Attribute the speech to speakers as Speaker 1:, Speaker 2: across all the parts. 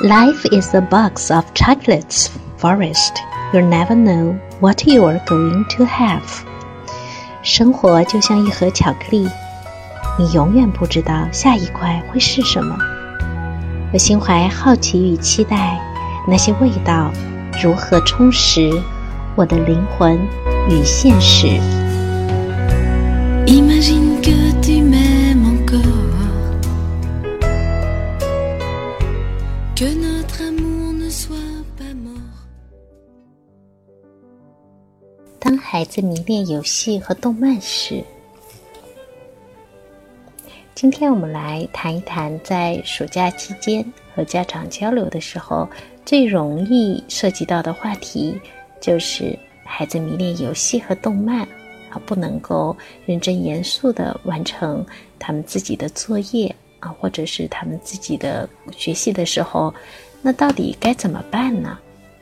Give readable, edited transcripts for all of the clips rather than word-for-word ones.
Speaker 1: Life is a box of chocolates forest. You never know what you are going to have. 生活就像一盒巧克力，你永远不知道下一块会是什么。我心怀好奇与期待，那些味道如何充实我的灵魂与现实。
Speaker 2: Imagine que tu m'aimes encore, que notre amour ne soit pas mort.
Speaker 1: 当孩子迷恋游戏和动漫时，今天我们来谈一谈在暑假期间和家长交流的时候最容易涉及到的话题，就是孩子迷恋游戏和动漫不能够认真严肃地完成他们自己的作业或者是他们自己的学习的时候，那到底该怎么办呢？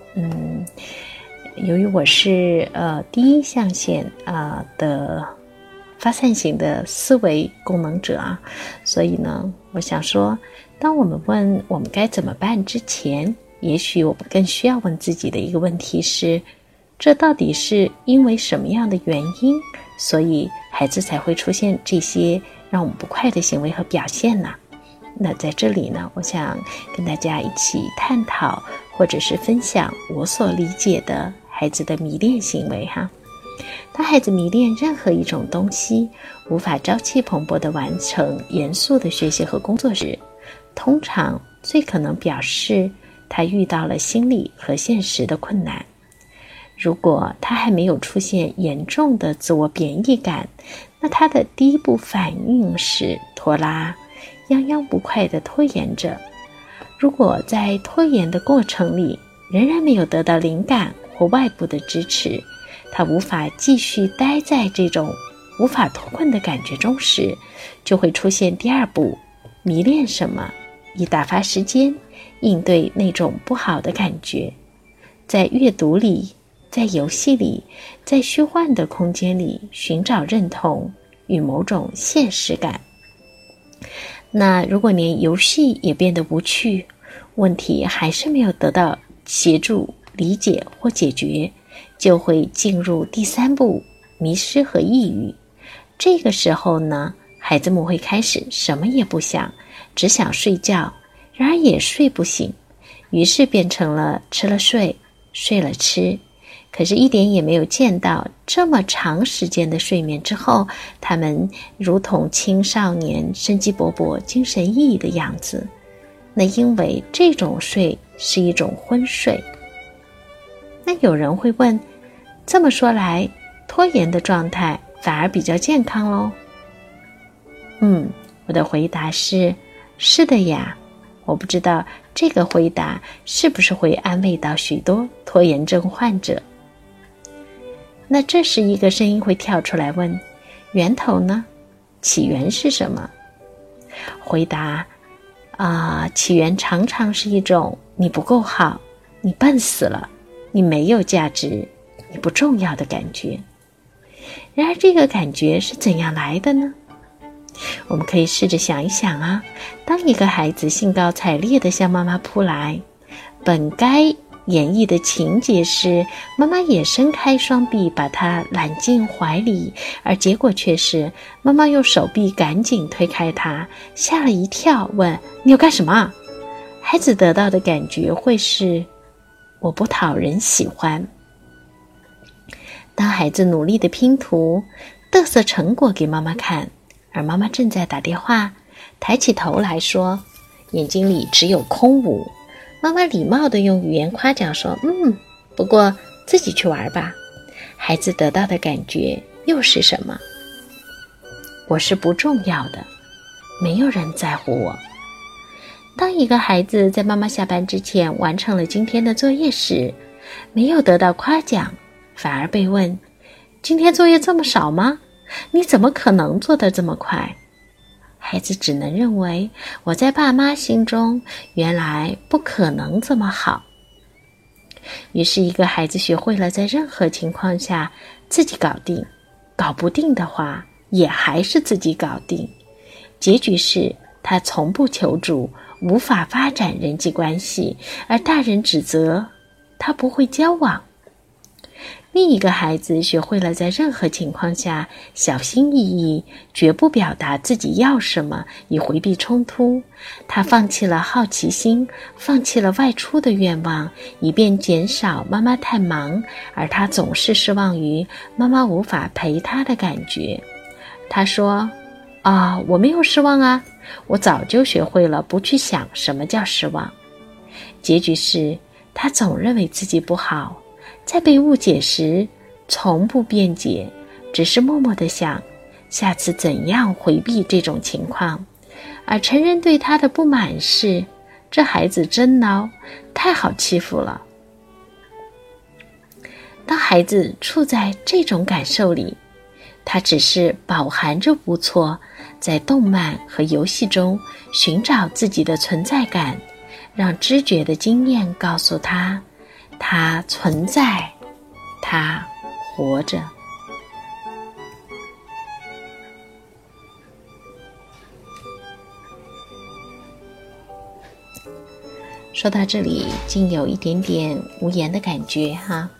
Speaker 1: 由于我是第一象限的发散型的思维功能者所以呢，我想说，当我们问我们该怎么办之前，也许我们更需要问自己的一个问题是，这到底是因为什么样的原因，所以孩子才会出现这些让我们不快的行为和表现呢？那在这里呢，我想跟大家一起探讨或者是分享我所理解的孩子的迷恋行为当孩子迷恋任何一种东西，无法朝气蓬勃地完成严肃的学习和工作时，通常最可能表示他遇到了心理和现实的困难。如果他还没有出现严重的自我贬义感，那他的第一步反应是拖拉，泱泱不快地拖延着。如果在拖延的过程里仍然没有得到灵感或外部的支持，他无法继续待在这种无法脱困的感觉中时，就会出现第二步，迷恋什么，以打发时间，应对那种不好的感觉。在阅读里，在游戏里，在虚幻的空间里寻找认同与某种现实感。那如果连游戏也变得无趣，问题还是没有得到协助、理解或解决，就会进入第三步，迷失和抑郁。这个时候呢，孩子们会开始什么也不想，只想睡觉，然而也睡不醒，于是变成了吃了睡，睡了吃。可是一点也没有见到这么长时间的睡眠之后，他们如同青少年生机勃勃、精神奕奕的样子。那因为这种睡是一种昏睡。那有人会问，这么说来，拖延的状态反而比较健康咯？我的回答是的呀。我不知道这个回答是不是会安慰到许多拖延症患者。那这时一个声音会跳出来问，源头呢？起源是什么？回答起源常常是一种你不够好，你笨死了，你没有价值，你不重要的感觉。然而这个感觉是怎样来的呢？我们可以试着想一想当一个孩子兴高采烈地向妈妈扑来，本该演绎的情节是妈妈也伸开双臂把他揽进怀里，而结果却是妈妈用手臂赶紧推开他，吓了一跳，问你要干什么？孩子得到的感觉会是我不讨人喜欢。当孩子努力的拼图，嘚瑟成果给妈妈看，而妈妈正在打电话，抬起头来说，眼睛里只有空无。妈妈礼貌地用语言夸奖说，不过自己去玩吧。孩子得到的感觉又是什么？我是不重要的，没有人在乎我。当一个孩子在妈妈下班之前完成了今天的作业时，没有得到夸奖，反而被问，今天作业这么少吗？你怎么可能做得这么快？孩子只能认为，我在爸妈心中原来不可能这么好。于是一个孩子学会了在任何情况下自己搞定，搞不定的话也还是自己搞定。结局是他从不求助， 无法发展人际关系，而大人指责他不会交往。另一个孩子学会了在任何情况下小心翼翼，绝不表达自己要什么，以回避冲突。他放弃了好奇心，放弃了外出的愿望，以便减少妈妈太忙，而他总是失望于妈妈无法陪他的感觉。他说：我没有失望啊，我早就学会了不去想什么叫失望。结局是他总认为自己不好，在被误解时从不辩解，只是默默地想下次怎样回避这种情况。而成人对他的不满是，这孩子真孬，太好欺负了。当孩子处在这种感受里，他只是饱含着无措，在动漫和游戏中寻找自己的存在感，让知觉的经验告诉他，他存在，他活着。说到这里，竟有一点点无言的感觉哈。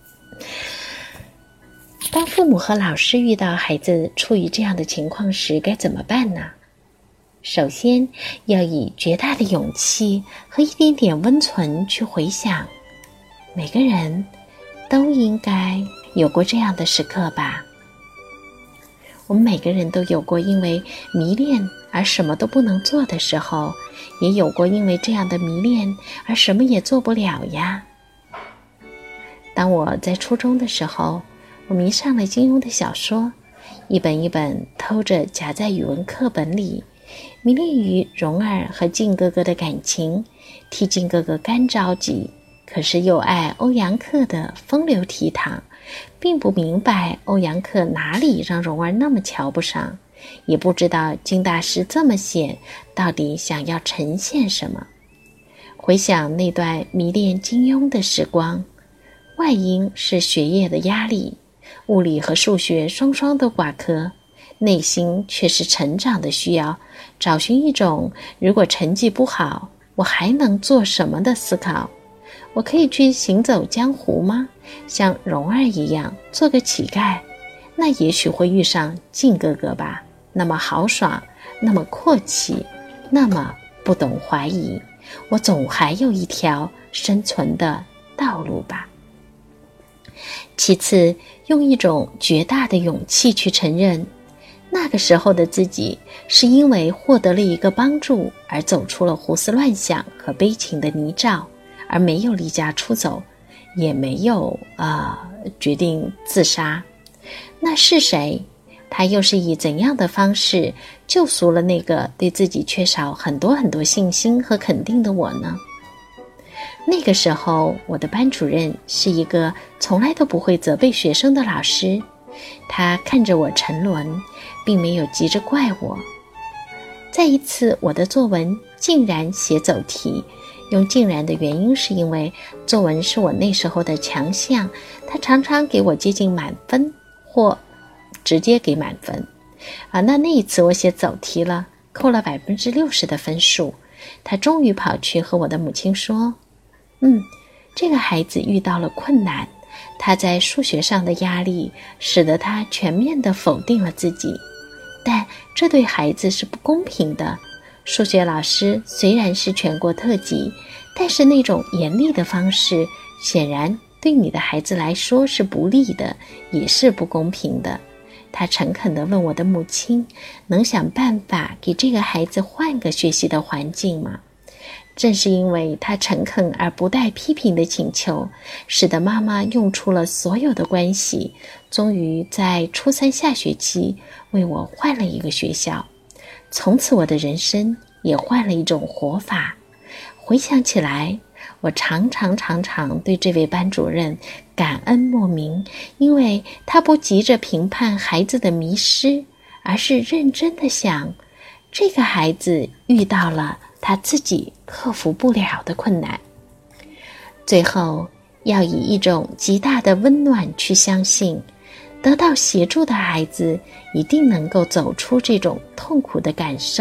Speaker 1: 当父母和老师遇到孩子处于这样的情况时，该怎么办呢？首先，要以绝大的勇气和一点点温存去回想，每个人都应该有过这样的时刻吧。我们每个人都有过因为迷恋而什么都不能做的时候，也有过因为这样的迷恋而什么也做不了呀。当我在初中的时候，我迷上了金庸的小说，一本一本偷着夹在语文课本里，迷恋于蓉儿和靖哥哥的感情，替靖哥哥干着急，可是又爱欧阳克的风流倜傥，并不明白欧阳克哪里让蓉儿那么瞧不上，也不知道金大师这么写到底想要呈现什么。回想那段迷恋金庸的时光，外因是学业的压力，物理和数学双双都挂科，内心却是成长的需要，找寻一种如果成绩不好，我还能做什么的思考。我可以去行走江湖吗？像蓉儿一样做个乞丐，那也许会遇上靖哥哥吧，那么豪爽，那么阔气，那么不懂怀疑，我总还有一条生存的道路吧。其次，用一种绝大的勇气去承认，那个时候的自己是因为获得了一个帮助而走出了胡思乱想和悲情的泥沼，而没有离家出走，也没有决定自杀。那是谁？他又是以怎样的方式救赎了那个对自己缺少很多很多信心和肯定的我呢？那个时候，我的班主任是一个从来都不会责备学生的老师，他看着我沉沦，并没有急着怪我。在一次我的作文竟然写走题，用竟然的原因是因为作文是我那时候的强项，他常常给我接近满分或直接给满分那一次我写走题了，扣了60%的分数，他终于跑去和我的母亲说，这个孩子遇到了困难，他在数学上的压力使得他全面地否定了自己，但这对孩子是不公平的。数学老师虽然是全国特级，但是那种严厉的方式显然对你的孩子来说是不利的，也是不公平的。他诚恳地问我的母亲，能想办法给这个孩子换个学习的环境吗？正是因为他诚恳而不带批评的请求，使得妈妈用出了所有的关系，终于在初3下学期为我换了一个学校。从此我的人生也换了一种活法。回想起来，我常常对这位班主任感恩莫名，因为他不急着评判孩子的迷失，而是认真地想，这个孩子遇到了他自己克服不了的困难。最后，要以一种极大的温暖去相信，得到协助的孩子一定能够走出这种痛苦的感受，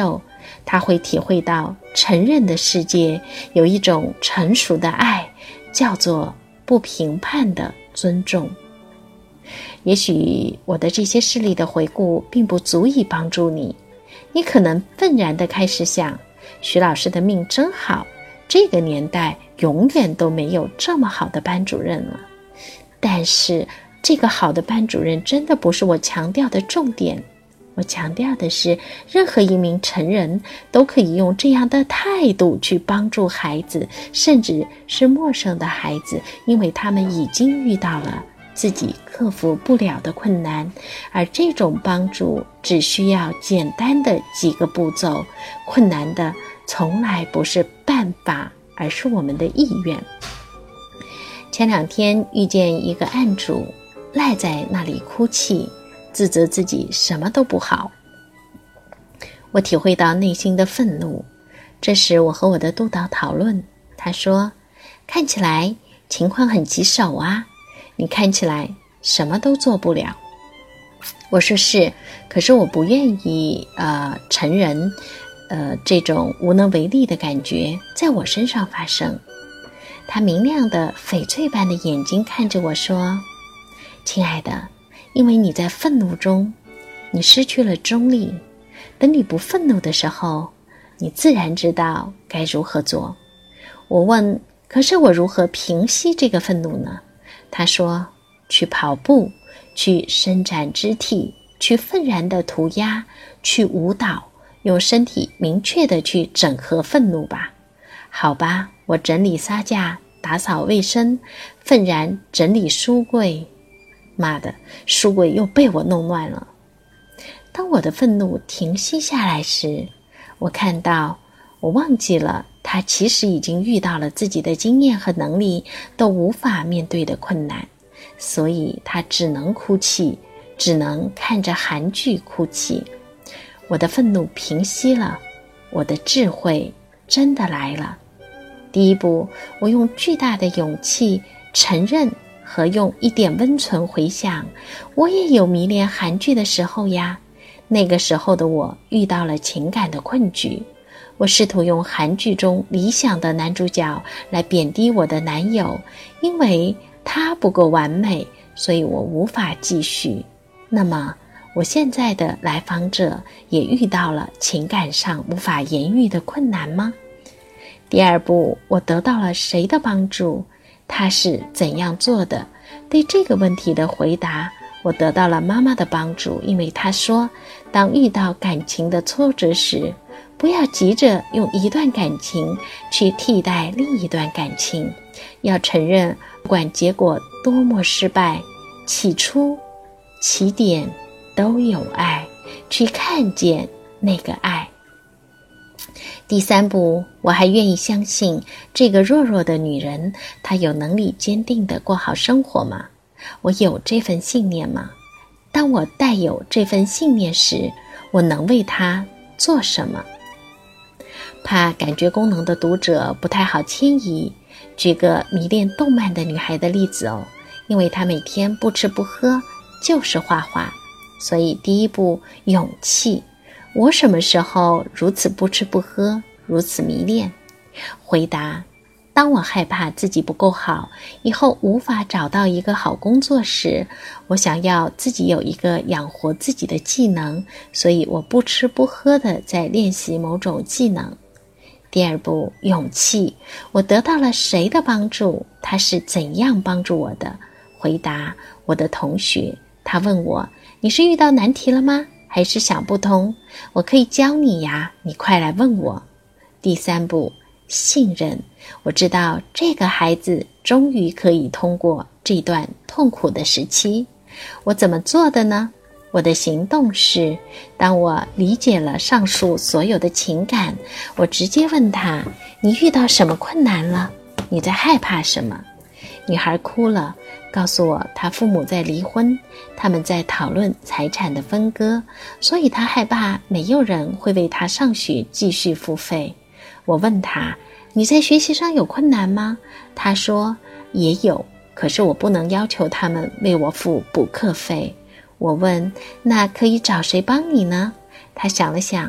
Speaker 1: 他会体会到成人的世界有一种成熟的爱，叫做不评判的尊重。也许我的这些事例的回顾并不足以帮助你，你可能愤然地开始想，徐老师的命真好，这个年代永远都没有这么好的班主任了。但是这个好的班主任真的不是我强调的重点，我强调的是任何一名成人都可以用这样的态度去帮助孩子，甚至是陌生的孩子，因为他们已经遇到了自己克服不了的困难，而这种帮助只需要简单的几个步骤，困难的从来不是办法，而是我们的意愿。前2天遇见一个案主，赖在那里哭泣，自责自己什么都不好。我体会到内心的愤怒。这时我和我的督导讨论，他说，看起来情况很棘手啊，你看起来什么都做不了。我说是，可是我不愿意承认这种无能为力的感觉在我身上发生。他明亮的翡翠般的眼睛看着我说，亲爱的，因为你在愤怒中，你失去了中立，等你不愤怒的时候，你自然知道该如何做。我问，可是我如何平息这个愤怒呢？他说，去跑步，去伸展肢体，去愤然的涂鸦，去舞蹈，用身体明确的去整合愤怒吧。好吧，我整理沙架，打扫卫生，愤然整理书柜。妈的，书柜又被我弄乱了。当我的愤怒停息下来时，我看到我忘记了他其实已经遇到了自己的经验和能力都无法面对的困难，所以他只能哭泣，只能看着韩剧哭泣。我的愤怒平息了，我的智慧真的来了。第一步，我用巨大的勇气承认和用一点温存回想，我也有迷恋韩剧的时候呀。那个时候的我遇到了情感的困局，我试图用韩剧中理想的男主角来贬低我的男友，因为他不够完美，所以我无法继续。那么我现在的来访者也遇到了情感上无法言喻的困难吗？第二步，我得到了谁的帮助？他是怎样做的？对这个问题的回答，我得到了妈妈的帮助，因为她说，当遇到感情的挫折时，不要急着用一段感情去替代另一段感情，要承认不管结果多么失败，起初起点都有爱，去看见那个爱。第三步，我还愿意相信这个弱弱的女人，她有能力坚定地过好生活吗？我有这份信念吗？当我带有这份信念时，我能为她做什么？怕感觉功能的读者不太好迁移，举个迷恋动漫的女孩的例子哦，因为她每天不吃不喝就是画画，所以第一步，勇气。我什么时候如此不吃不喝，如此迷恋？回答，当我害怕自己不够好，以后无法找到一个好工作时，我想要自己有一个养活自己的技能，所以我不吃不喝的在练习某种技能。第二步，勇气。我得到了谁的帮助？他是怎样帮助我的？回答，我的同学。他问我，你是遇到难题了吗？还是想不通？我可以教你呀，你快来问我。第三步，信任。我知道这个孩子终于可以通过这段痛苦的时期。我怎么做的呢？我的行动是，当我理解了上述所有的情感，我直接问他，你遇到什么困难了？你在害怕什么？女孩哭了，告诉我她父母在离婚，他们在讨论财产的分割，所以她害怕没有人会为她上学继续付费。我问她，你在学习上有困难吗？她说也有，可是我不能要求他们为我付补课费。我问，那可以找谁帮你呢？她想了想，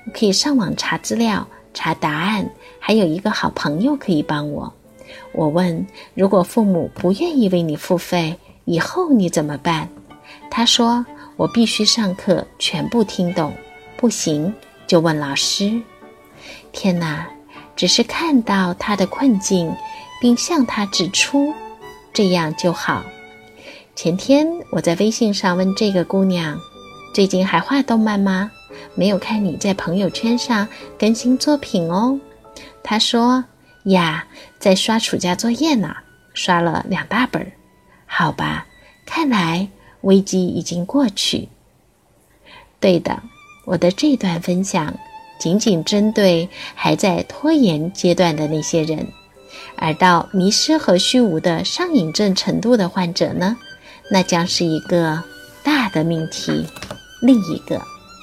Speaker 1: 我可以上网查资料，查答案，还有一个好朋友可以帮我。我问，如果父母不愿意为你付费，以后你怎么办？他说，我必须上课全部听懂，不行就问老师。天哪，只是看到他的困境，并向他指出，这样就好。前天我在微信上问这个姑娘，最近还画动漫吗？没有看你在朋友圈上更新作品哦。她说呀，在刷暑假作业呢，刷了2大本。好吧，看来危机已经过去。对的，我的这段分享仅仅针对还在拖延阶段的那些人，而到迷失和虚无的上瘾症程度的患者呢，那将是一个大的命题，另一个。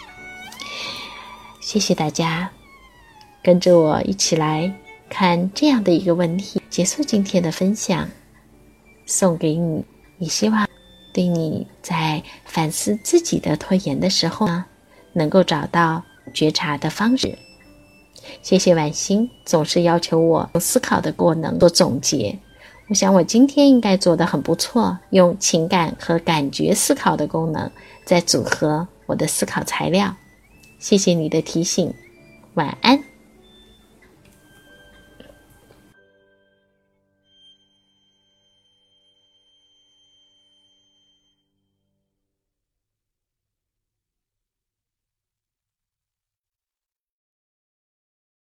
Speaker 1: 谢谢大家，跟着我一起来看这样的一个问题，结束今天的分享，送给你，也希望对你在反思自己的拖延的时候呢，能够找到觉察的方式。谢谢婉欣，总是要求我用思考的过程做总结。我想我今天应该做得很不错，用情感和感觉思考的功能，再组合我的思考材料。谢谢你的提醒，晚安。